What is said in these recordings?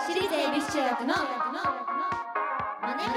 私立恵比寿中学のマネ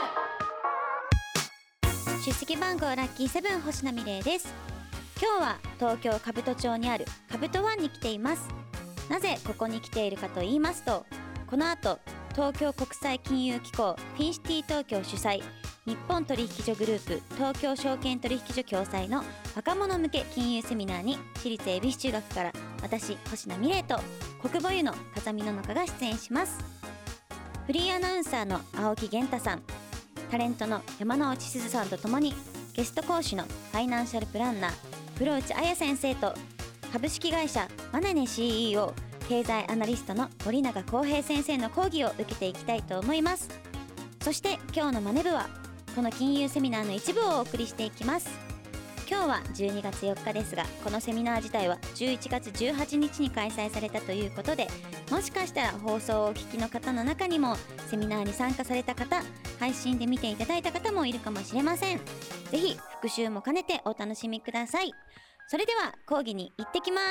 ブ。 出席番号ラッキー7星名美玲です。今日は東京兜町にあるカブトワンに来ています。なぜここに来ているかと言いますと、この後東京国際金融機構フィンシティ東京主催、日本取引所グループ東京証券取引所共催の若者向け金融セミナーに、私立恵比寿中学から私星名美玲と国母湯の風見の中が出演します。フリーアナウンサーの青木源太さん、タレントの山之内すずさんとともに、ゲスト講師のファイナンシャルプランナー風呂内彩先生と、株式会社マネネ CEO 経済アナリストの森永康平先生の講義を受けていきたいと思います。そして今日のマネ部はこの金融セミナーの一部をお送りしていきます。今日は12月4日ですが、このセミナー自体は11月18日に開催されたということで、もしかしたら放送をお聞きの方の中にもセミナーに参加された方、配信で見ていただいた方もいるかもしれません。ぜひ復習も兼ねてお楽しみください。それでは講義に行ってきます。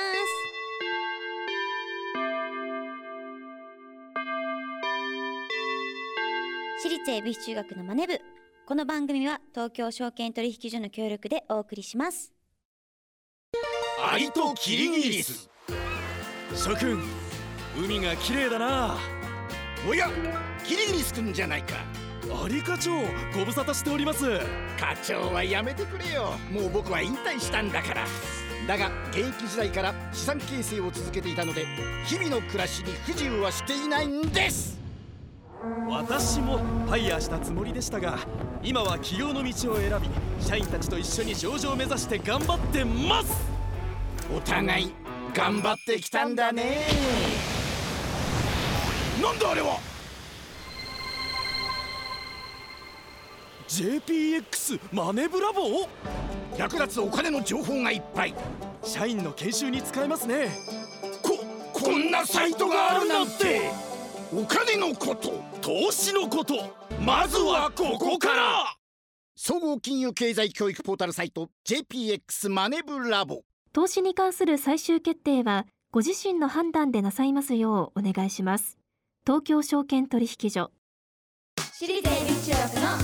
私立恵比寿中学のマネ部。この番組は東京証券取引所の協力でお送りします。 アリとキリギリス。諸君、海が綺麗だな。 おや、キリギリス君じゃないか。 アリ課長、ご無沙汰しております。 課長はやめてくれよ。もう僕は引退したんだから。だが現役時代から資産形成を続けていたので、日々の暮らしに不自由はしていないんです。 私もファイヤーしたつもりでしたが、今は起業の道を選び、社員たちと一緒に上場を目指して頑張ってます。 お互い頑張ってきたんだね。なんだあれは。 JPX マネブラボー。 役立つお金の情報がいっぱい。 社員の研修に使えますね。 こんなサイトがあるなんて。お金のこと、 投資のこと、まずはここから。 総合金融経済教育ポータルサイト JPX マネブラボ。 投資に関する最終決定はご自身の判断でなさいますようお願いします。東京証券取引所。 私立恵比寿中学のマネ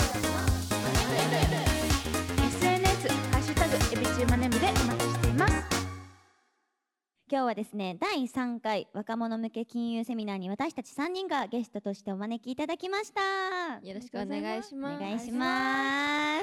ブ。 SNS ハッシュタグ恵比寿マネブでお待ちしています。 今日はですね、第3回若者向け金融セミナーに私たち3人がゲストとしてお招きいただきました。 よろしくお願いします。 お願いします。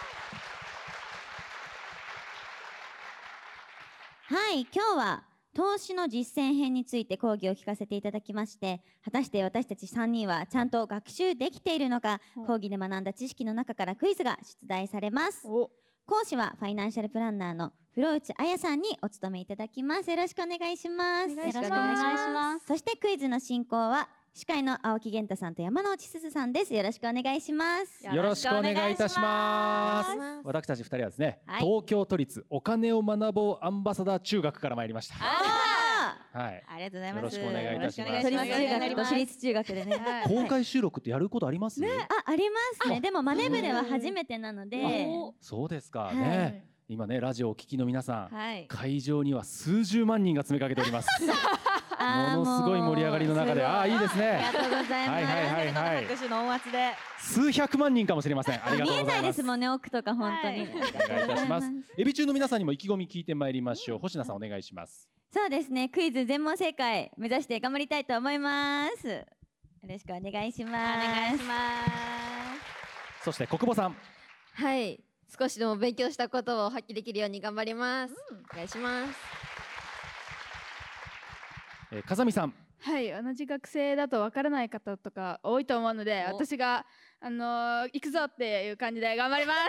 はい、今日は投資の実践編について講義を聞かせていただきまして、果たして私たち3人はちゃんと学習できているのか、講義で学んだ知識の中からクイズが出題されます。講師はファイナンシャルプランナーの風呂内彩さんにお務めいただきます。よろしくお願いします。 よろしくお願いします。 そしてクイズの進行は司会の青木源太さんと山之内すずさんです。よろしくお願いします。 よろしくお願いいたします。私たち2人はですね、東京都立お金を学ぼうアンバサダー中学から参りました。はい、 ありがとうございます。 よろしくお願いいたします。 都立中学と私立中学でね、 公開収録ってやることあります？ ありますね。でもマネ部では初めてなので。 そうですかね。今ね、ラジオをお聞きの皆さん、 はい、 会場には数十万人が詰めかけております。ものすごい盛り上がりの中で、いいですね。 ありがとうございます。 拍手の音圧で数百万人かもしれません。ありがとうございます。 見えないですもんね、奥とか本当に。 お願いいたします。エビ中の皆さんにも意気込み聞いてまいりましょう。星名さんお願いします。 そうですね、クイズ全問正解目指して頑張りたいと思います。よろしくお願いします。お願いします。 そして国母さん。 はい、少しでも勉強したことを発揮できるように頑張ります。お願いします。 風見さん。 はい、同じ学生だとわからない方とか多いと思うので、私が行くぞっていう感じで頑張ります。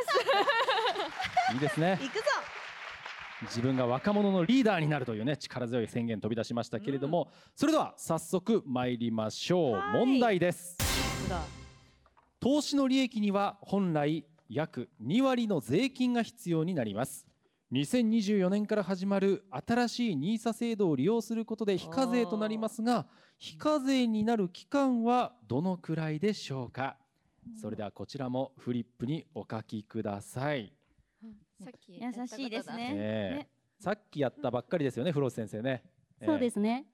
いいですね。 行くぞ。 自分が若者のリーダーになるというね、力強い宣言飛び出しましたけれども、それでは早速参りましょう。問題です。投資の利益には本来約2割の税金が必要になります。2024年から始まる新しい NISA 制度を利用することで非課税となりますが、非課税になる期間はどのくらいでしょうか。それではこちらもフリップにお書きください。 さっき優しいですね。 さっきやったばっかりですよね、風呂内先生ね。 そうですね。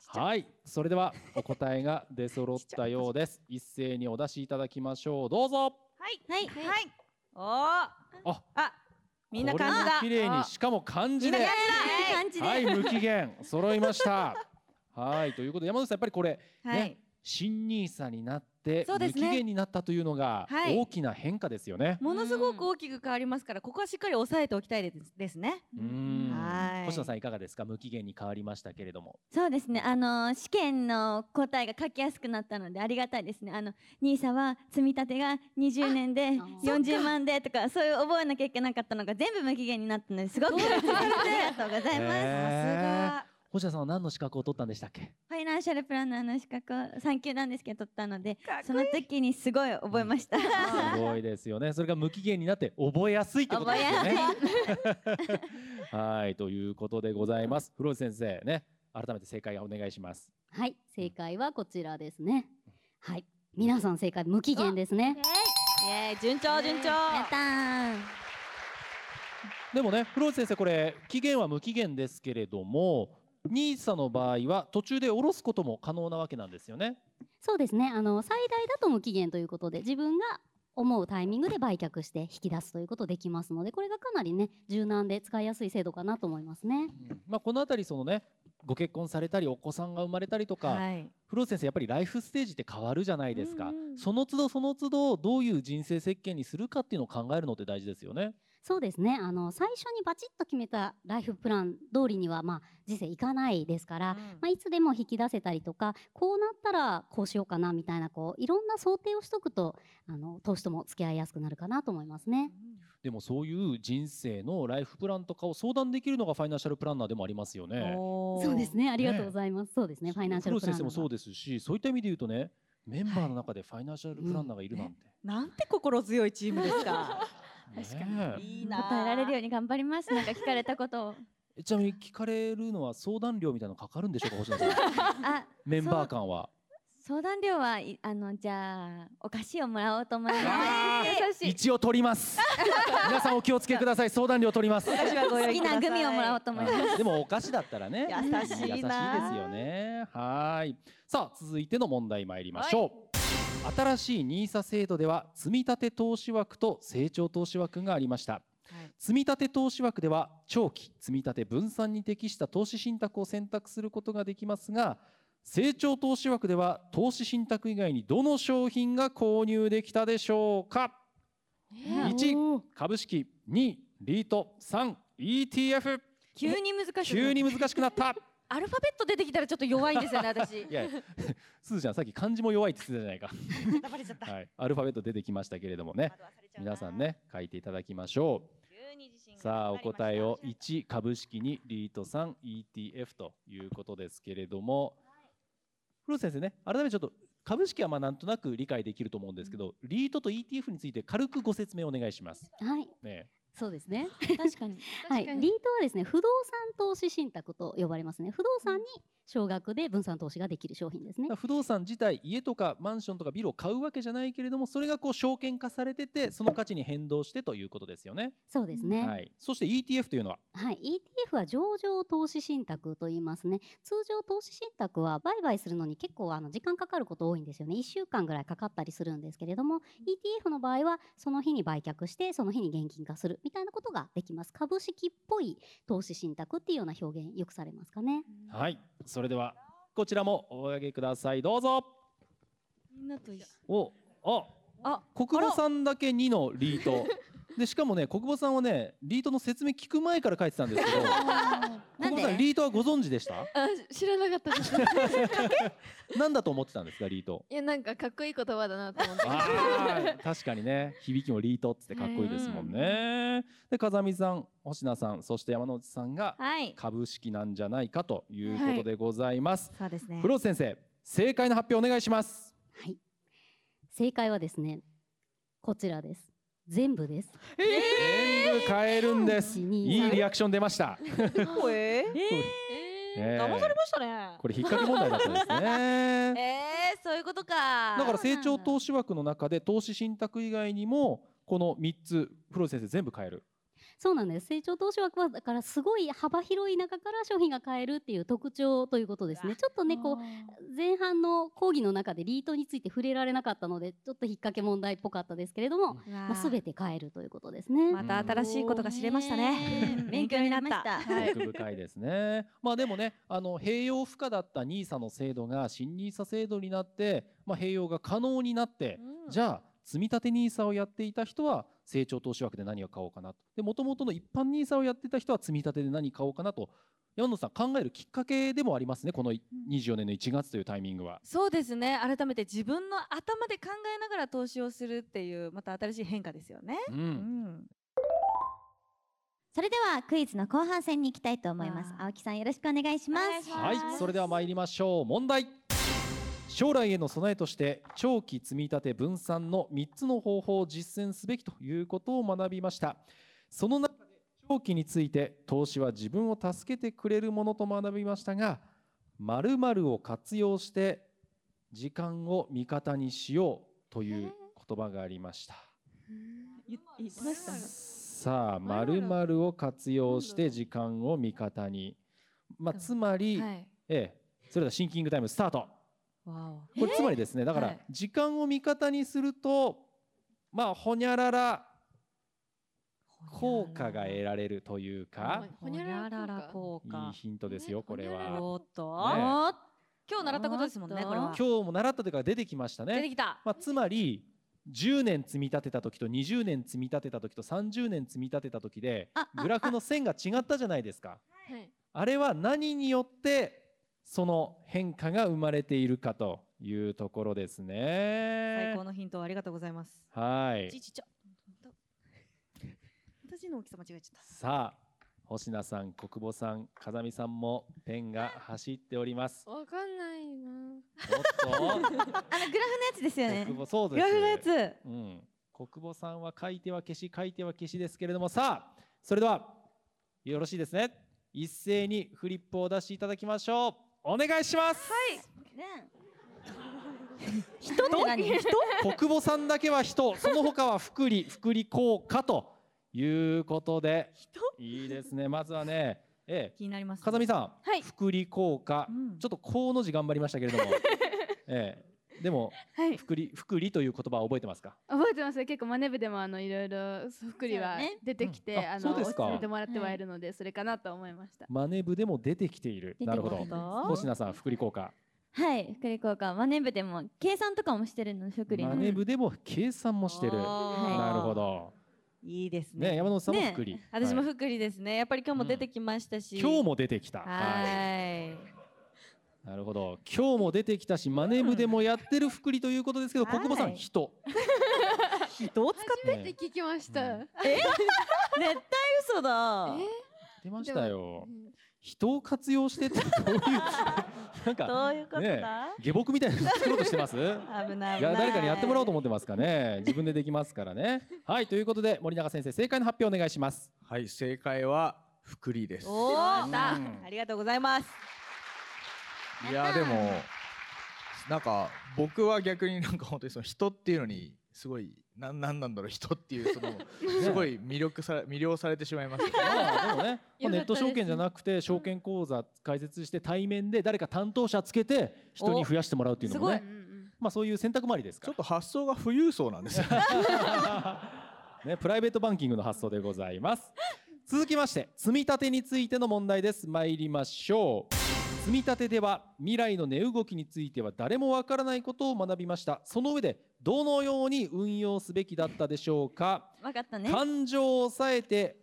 はい、それではお答えが出揃ったようです。一斉にお出しいただきましょう。どうぞ。 はいはいはい。おお。 あ、 みんな漢字だ。 綺麗に、しかも漢字で。はい、無期限揃いました。はい、ということで山口さん、やっぱりこれね、新NISAになって無期限になったというのが大きな変化ですよね。 ものすごく大きく変わりますから、ここはしっかり押さえておきたいですね。 星野さんいかがですか。無期限に変わりましたけれども。 そうですね、試験の答えが書きやすくなったのでありがたいですね。NISAは積み立てが20年で40万でとか、そういう覚えなきゃいけなかったのが全部無期限になったので、すごくありがとうございます。さすが。 星野さんは何の資格を取ったんでしたっけ。 ファイナンシャルプランナーの資格を3級なんですけど取ったので、その時にすごい覚えました。すごいですよね。それが無期限になって覚えやすいってことですよね。はい、ということでございます。風呂内先生ね、改めて正解をお願いします。 はい、正解はこちらですね。はい、皆さん正解無期限ですね。 イエーイ、順調順調。やったー。 でもね、風呂内先生、これ期限は無期限ですけれども、NISAの場合は途中で下ろすことも可能なわけなんですよね。 そうですね。最大だと無期限ということで、自分が思うタイミングで売却して引き出すということできますので、これがかなりね柔軟で使いやすい制度かなと思いますね。 このあたりそのね、ご結婚されたりお子さんが生まれたりとか、風呂先生やっぱりライフステージって変わるじゃないですか。その都度その都度どういう人生設計にするかっていうのを考えるのって大事ですよね。 そうですね。最初にバチッと決めたライフプラン通りには人生いかないですから、いつでも引き出せたりとか、こうなったらこうしようかなみたいな、いろんな想定をしとくと投資とも付き合いやすくなるかなと思いますね。 でもそういう人生のライフプランとかを相談できるのがファイナンシャルプランナーでもありますよね。 そうですね。ありがとうございます。そうですね。ファイナンシャルプランナー。 先生もそうですし、そういった意味で言うとね、メンバーの中でファイナンシャルプランナーがいるなんて、 なんて心強いチームですか。 確かにいいな。答えられるように頑張ります。なんか聞かれたことを。 ちなみに聞かれるのは相談料みたいなのかかるんでしょうか、星野さん。メンバー間は。 相談料はじゃあお菓子をもらおうと思います。 一応取ります。皆さんお気をつけください。相談料取ります。 好きなグミをもらおうと思います。 でもお菓子だったらね、優しいですよね。はい。さあ続いての問題参りましょう。新しいNISA制度では積立投資枠と成長投資枠がありました。積立投資枠では長期積立分散に適した投資信託を選択することができますが、成長投資枠では投資信託以外にどの商品が購入できたでしょうか。1、株式、2、リート、3、ETF。 急に難しくなった。 アルファベット出てきたらちょっと弱いんですよね、私。 いやすずちゃんさっき漢字も弱いって言ってたじゃないか。はい、アルファベット出てきましたけれどもね、皆さんね書いていただきましょう。さあお答えを1、株式、2、リート、3、ETF ということですけれども、古田先生ね、改めてちょっと株式はなんとなく理解できると思うんですけど、リートと ETF について軽くご説明お願いします。 はい。 ね。 そうですね。 確かに。 はい。リートはですね、不動産投資信託と呼ばれますね。不動産に少額で分散投資ができる商品ですね。 不動産自体、家とかマンションとかビルを買うわけじゃないけれども、それが証券化されてて、その価値に変動してということですよね。 そうですね。 はい。そして ETF というのは、 はい。ETF は上場投資信託と言いますね。通常投資信託は売買するのに結構時間かかること多いんですよね。1週間ぐらいかかったりするんですけれども、ETF の場合はその日に売却してその日に現金化するみたいなことができます。株式っぽい投資信託っていうような表現よくされますかね。 はい。それではこちらもお上げください。どうぞ。 みんなと一緒。 国母さんだけ2のリートで、しかもね、国母さんはね、リートの説明聞く前から書いてたんですけど国母さんリートはご存知でした？ 知らなかったです。 何だと思ってたんですか、リート。 いや、なんかかっこいい言葉だなと思って。 確かにね、響きもリートってかっこいいですもんね。で、風見さん、星名さん、そして山内さんが株式なんじゃないかということでございます。 そうですね。 風呂先生、正解の発表お願いします。 はい。正解はですね、こちらです。全部です。 全部買えるんです。いいリアクション出ました。 騙されましたね。 これ引っ掛け問題だったんですね。 そういうことか。 だから成長投資枠の中で投資信託以外にもこの3つ、風呂先生全部買える。 そうなんです。成長投資枠はだからすごい幅広い中から商品が買えるっていう特徴ということですね。ちょっとねこう前半の講義の中でリートについて触れられなかったのでちょっと引っ掛け問題っぽかったですけれども、全て買えるということですね。 また新しいことが知れましたね。勉強になった。 奥深いですね。まあでもね、併用不可だった NISA の制度が新 NISA 制度になって、併用が可能になって、じゃあ積立 NISA をやっていた人は成長投資枠で何を買おうかなと。で、元々の一般 NISA をやっていた人は積立で何買おうかなと。山野さん、考えるきっかけでもありますね、この24年の1月というタイミングは。 そうですね。改めて自分の頭で考えながら投資をするっていうまた新しい変化ですよね。 それではクイズの後半戦に行きたいと思います。青木さん、よろしくお願いします。 はい、それでは参りましょう。問題。将来への備えとして長期積立分散の3つの方法を実践すべきということを学びました。その中で長期について投資は自分を助けてくれるものと学びましたが、〇〇を活用して時間を味方にしようという言葉がありました。さあ、〇〇を活用して時間を味方に、つまり、それではシンキングタイムスタート。これつまりですね、だから時間を味方にするとほにゃらら効果が得られるというか、 ほにゃらら効果、 いいヒントですよ、これは。 おっと、今日習ったことですもんね、これは。 今日も習ったというか出てきましたね。 出てきた。 つまり10年積み立てた時と20年積み立てた時と30年積み立てた時でグラフの線が違ったじゃないですか。あれは何によってその変化が生まれているかというところですね。 最高のヒントをありがとうございます。 はい。 私の大きさ間違えちゃった。 さあ、星名さん、国保さん、風見さんもペンが走っております。 わかんないな。 おっと。 グラフのやつですよね。 そうです。 グラフのやつ。 国保さんは書いては消し、書いては消しですけれども、さあ、それではよろしいですね。一斉にフリップを出していただきましょう。お願いします。 人って何？ 国保さんだけは人、その他は福利効果ということで、いいですね。まずはね、 気になります。 風見さん、福利効果、ちょっとこうの字頑張りましたけれども、でも福利という言葉は覚えてますか？ 覚えてます。結構マネ部でもいろいろ福利は出てきて教えてもらってはいるので、それかなと思いました。 マネ部でも出てきている。なるほど。星名さん、福利効果。 はい、福利効果、マネ部でも計算とかもしてるの、福利の。 マネ部でも計算もしてる。なるほど。 いいですね。 山本さんも福利。 私も福利ですね。やっぱり今日も出てきましたし。 今日も出てきた。はい。なるほど。今日も出てきたし、マネ部でもやってる福利ということですけど、国保さん、人。 人を使ってって聞きました。 絶対嘘だ。 出ましたよ。人を活用してってどういうなんかどういうことだ？ 下僕みたいなの作ろうとしてます？ 危ない。 いや、誰かにやってもらおうと思ってますかね。自分でできますからね。はい、ということで森永先生、正解の発表お願いします。 はい、正解は福利です。 おお、ありがとうございます。 いやでもなんか僕は逆になんか本当にその人っていうのにすごいなんだろう、人っていうそのすごい魅了されてしまいました。 でもね、ネット証券じゃなくて証券口座開設して対面で誰か担当者つけて人に増やしてもらうっていうのもね、そういう選択もありですから。 ちょっと発想が富裕層なんですよね。プライベートバンキングの発想でございます。続きまして積み立てについての問題です。参りましょう。積み立てでは未来の値動きについては誰もわからないことを学びました。その上でどのように運用すべきだったでしょうか。 わかったね。 感情を抑えて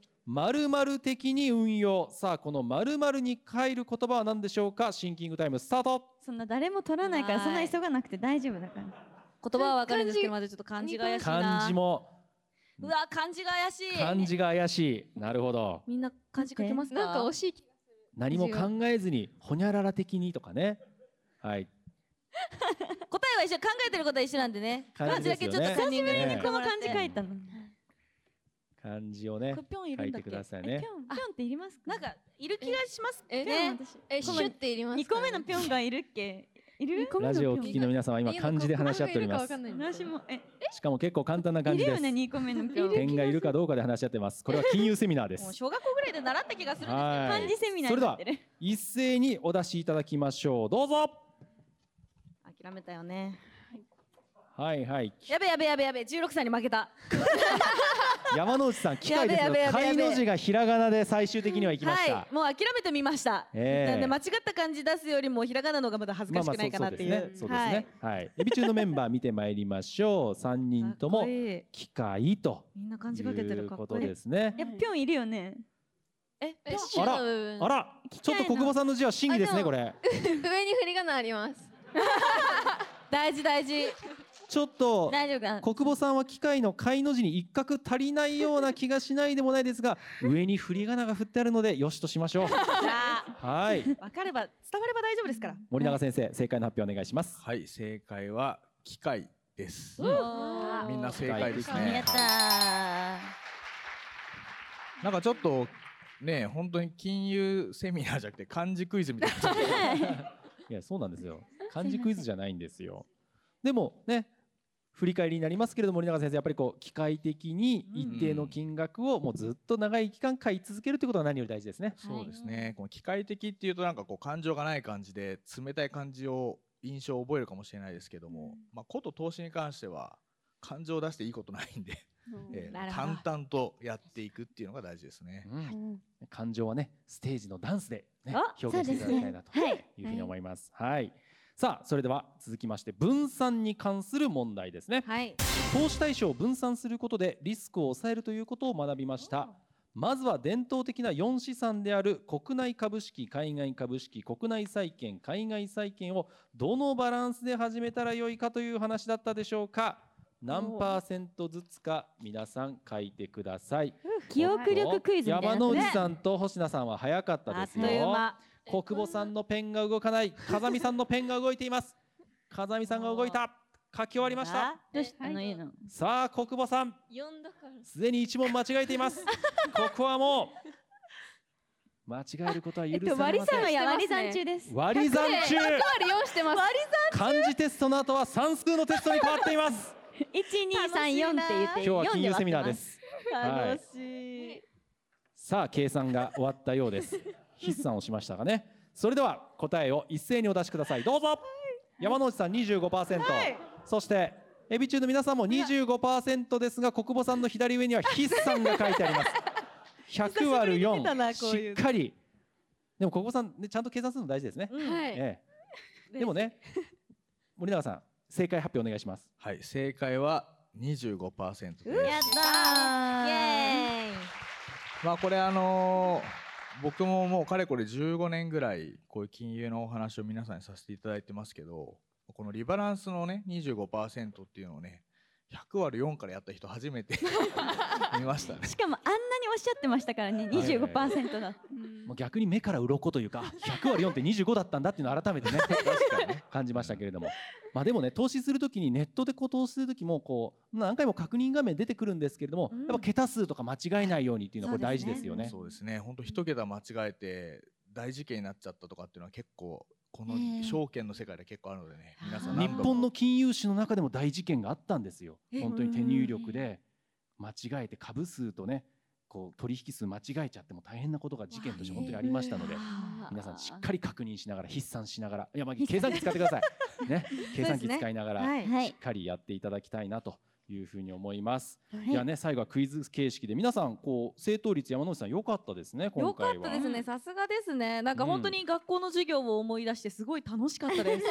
〇〇的に運用。さあ、この〇〇に入る言葉は何でしょうか。シンキングタイムスタート。 そんな誰も取らないから、そんな急がなくて大丈夫だから。 言葉はわかるんですけど、まだちょっと漢字が怪しいな。 漢字も。 うわ、漢字が怪しい。 漢字が怪しい。なるほど。 みんな漢字書けますか？ なんか惜しい。 何も考えずにほにゃらら的にとかね。はい。 答えは一緒、考えてることは一緒なんでね。漢字だけちょっと久しぶりにこの漢字書いたの。 漢字をね書いてくださいね。 ぴょんっていりますか？ なんかいる気がしますね。シュっていります。 2個目のぴょんがいるっけ？ いる？ ラジオをお聞きの皆さんは今漢字で話し合っております。 私もしかも結構簡単な感じです。 いるよね、2個目の今日。 点がいるかどうかで話し合ってます。これは金融セミナーです。 もう小学校ぐらいで習った気がするんですけど、 はい漢字セミナーそれではになってる。 一斉にお出しいただきましょう。どうぞ。 諦めたよね。 はいはい。 やべ16歳に負けた。 山之内さん、機械ですけどやべ貝の字がひらがなで最終的には行きました。 はい、もう諦めてみました。なんで間違った漢字出すよりもひらがなの方がまだ恥ずかしくないかなっていう。 そうですね。はい。エビ中のメンバー見てまいりましょう。3人とも機械とみんな漢字かけてるかっこいいことですね。 ぴょんいるよね。 あらあら、ちょっと国母さんの字は審議ですねこれ。 上に振り仮名あります。 大事。 ちょっと大丈夫かな。 国母さんは機械の貝の字に一画足りないような気がしないでもないですが、上に振り仮名が振ってあるのでよしとしましょう。はい。 わかれば伝われば大丈夫ですから。 森永先生、正解の発表お願いします。 はい、正解は機械です。 うんみんな正解ですね。 やったー。 なんかちょっとね、本当に金融セミナーじゃなくて漢字クイズみたいな。 いや、そうなんですよ。漢字クイズじゃないんですよ。でもね、振り返りになりますけれども、森永先生、やっぱりこう機械的に一定の金額をもうずっと長い期間買い続けるということが何より大事ですね。 そうですね。この機械的っていうとなんかこう感情がない感じで冷たい感じを印象を覚えるかもしれないですけども、こと投資に関しては感情を出していいことないんで、淡々とやっていくっていうのが大事ですね。 感情はね、ステージのダンスで、ね、 あ表現していただきたいなというふうに思います。はい。さあ、それでは続きまして分散に関する問題ですね。投資対象を分散することでリスクを抑えるということを学びました。まずは伝統的な4資産である国内株式、海外株式、国内債券、海外債券をどのバランスで始めたらよいかという話だったでしょうか。何%ずつか皆さん書いてください。 記憶力クイズみたいな山之内さんと星名さんは早かったですよ。国母さんのペンが動かない。風見さんのペンが動いています。風見さんが動いた。書き終わりました。 どうしたのいいの。 さあ国母さん、すでに1問間違えています。ここはもう間違えることは許されません。 割り算中です。 割り算中。 100割4してます。 漢字テストの後は算数のテストに変わっています。 1、2、3、4って言って。 今日は金融セミナーです。 楽しい。 さあ計算が終わったようです。筆算をしましたがね。それでは答えを一斉にお出しください。どうぞ。山之内さん 25%、そしてエビ中の皆さんも 25% ですが、国母さんの左上には筆算が書いてあります。100割る4、しっかり。でも国母さん、ね、ちゃんと計算するの大事ですね。でもね、森永さん正解発表お願いします。 はい、正解は 25% です。 やったー。イエーイ。 まあこれ僕ももうかれこれ15年ぐらいこういう金融のお話を皆さんにさせていただいてますけど、このリバランスのね 25% っていうのをね100割る4からやった人初めて見ましたね。 しかもあんなにおっしゃってましたからね、25% だ。 もう逆に目から鱗というか、100割る4って25だったんだっていうのを改めてね感じましたけれども、まあでもね、投資するときにネットでこう投資するときもこう何回も確認画面出てくるんですけれども、やっぱ桁数とか間違えないようにっていうのはこれ大事ですよね。 そうですね。本当一桁間違えて大事件になっちゃったとかっていうのは結構この証券の世界で結構あるのでね、皆さん日本の金融史の中でも大事件があったんですよ。本当に手入力で間違えて株数とねこう取引数間違えちゃっても大変なことが事件として本当にありましたので、皆さんしっかり確認しながら筆算しながら、いやまあ計算機使ってくださいね。計算機使いながらしっかりやっていただきたいなというふうに思います。いやね、最後はクイズ形式で皆さんこう正答率、山之内さん良かったですね。今回は良かったですね。さすがですね。なんか本当に学校の授業を思い出してすごい楽しかったです。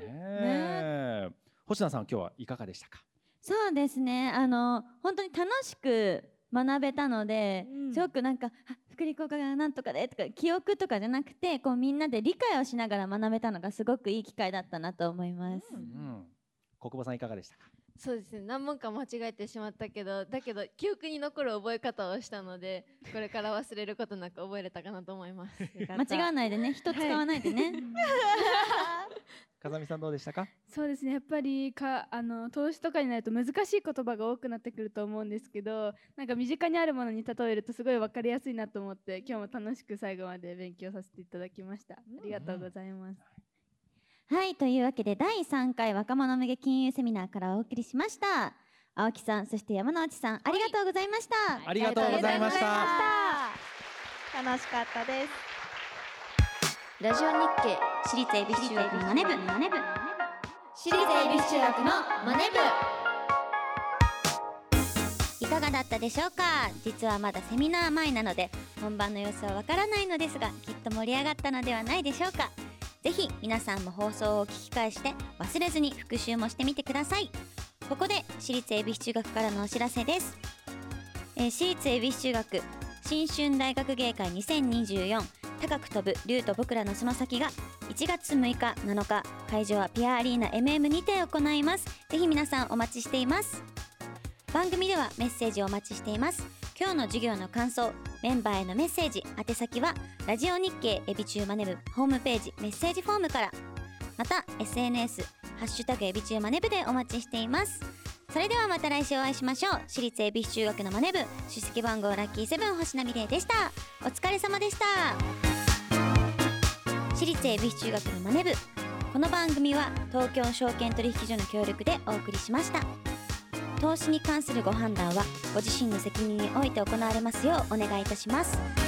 星名さん今日はいかがでしたか。 そうですね、本当に楽しく学べたので、すごくなんか福利効果がなんとかでとか記憶とかじゃなくて、こうみんなで理解をしながら学べたのがすごくいい機会だったなと思います。 国母さんいかがでしたか。 そうですね、何問か間違えてしまったけど、だけど記憶に残る覚え方をしたので、これから忘れることなく覚えれたかなと思います。 間違わないでね、人使わないでね。 風見さんどうでしたか。 そうですね、やっぱり投資とかになると難しい言葉が多くなってくると思うんですけど、なんか身近にあるものに例えるとすごい分かりやすいなと思って、今日も楽しく最後まで勉強させていただきました。ありがとうございます。 はい、というわけで第3回若者向け金融セミナーからお送りしました。青木さん、そして山之内さん、ありがとうございました。 ありがとうございました。 楽しかったです。 ラジオ日経私立恵比寿中学のマネ部、 私立恵比寿中学のマネ部。 いかがだったでしょうか。実はまだセミナー前なので本番の様子はわからないのですが、きっと盛り上がったのではないでしょうか。ぜひ皆さんも放送を聞き返して忘れずに復習もしてみてください。ここで私立恵比寿中学からのお知らせです。私立恵比寿中学新春大学芸会2024高く飛ぶ竜と僕らのその先が1月6日7日、会場はピアアリーナ MM にて行います。ぜひ皆さんお待ちしています。番組ではメッセージをお待ちしています。今日の授業の感想、メンバーへのメッセージ、宛先はラジオ日経エビチューマネ部ホームページメッセージフォームから、また SNS ハッシュタグエビチューマネ部でお待ちしています。それではまた来週お会いしましょう。私立恵比寿中学のマネ部出席番号ラッキー7星名美玲でした。お疲れ様でした。私立恵比寿中学のマネ部、この番組は東京証券取引所の協力でお送りしました。投資に関するご判断はご自身の責任において行われますようお願いいたします。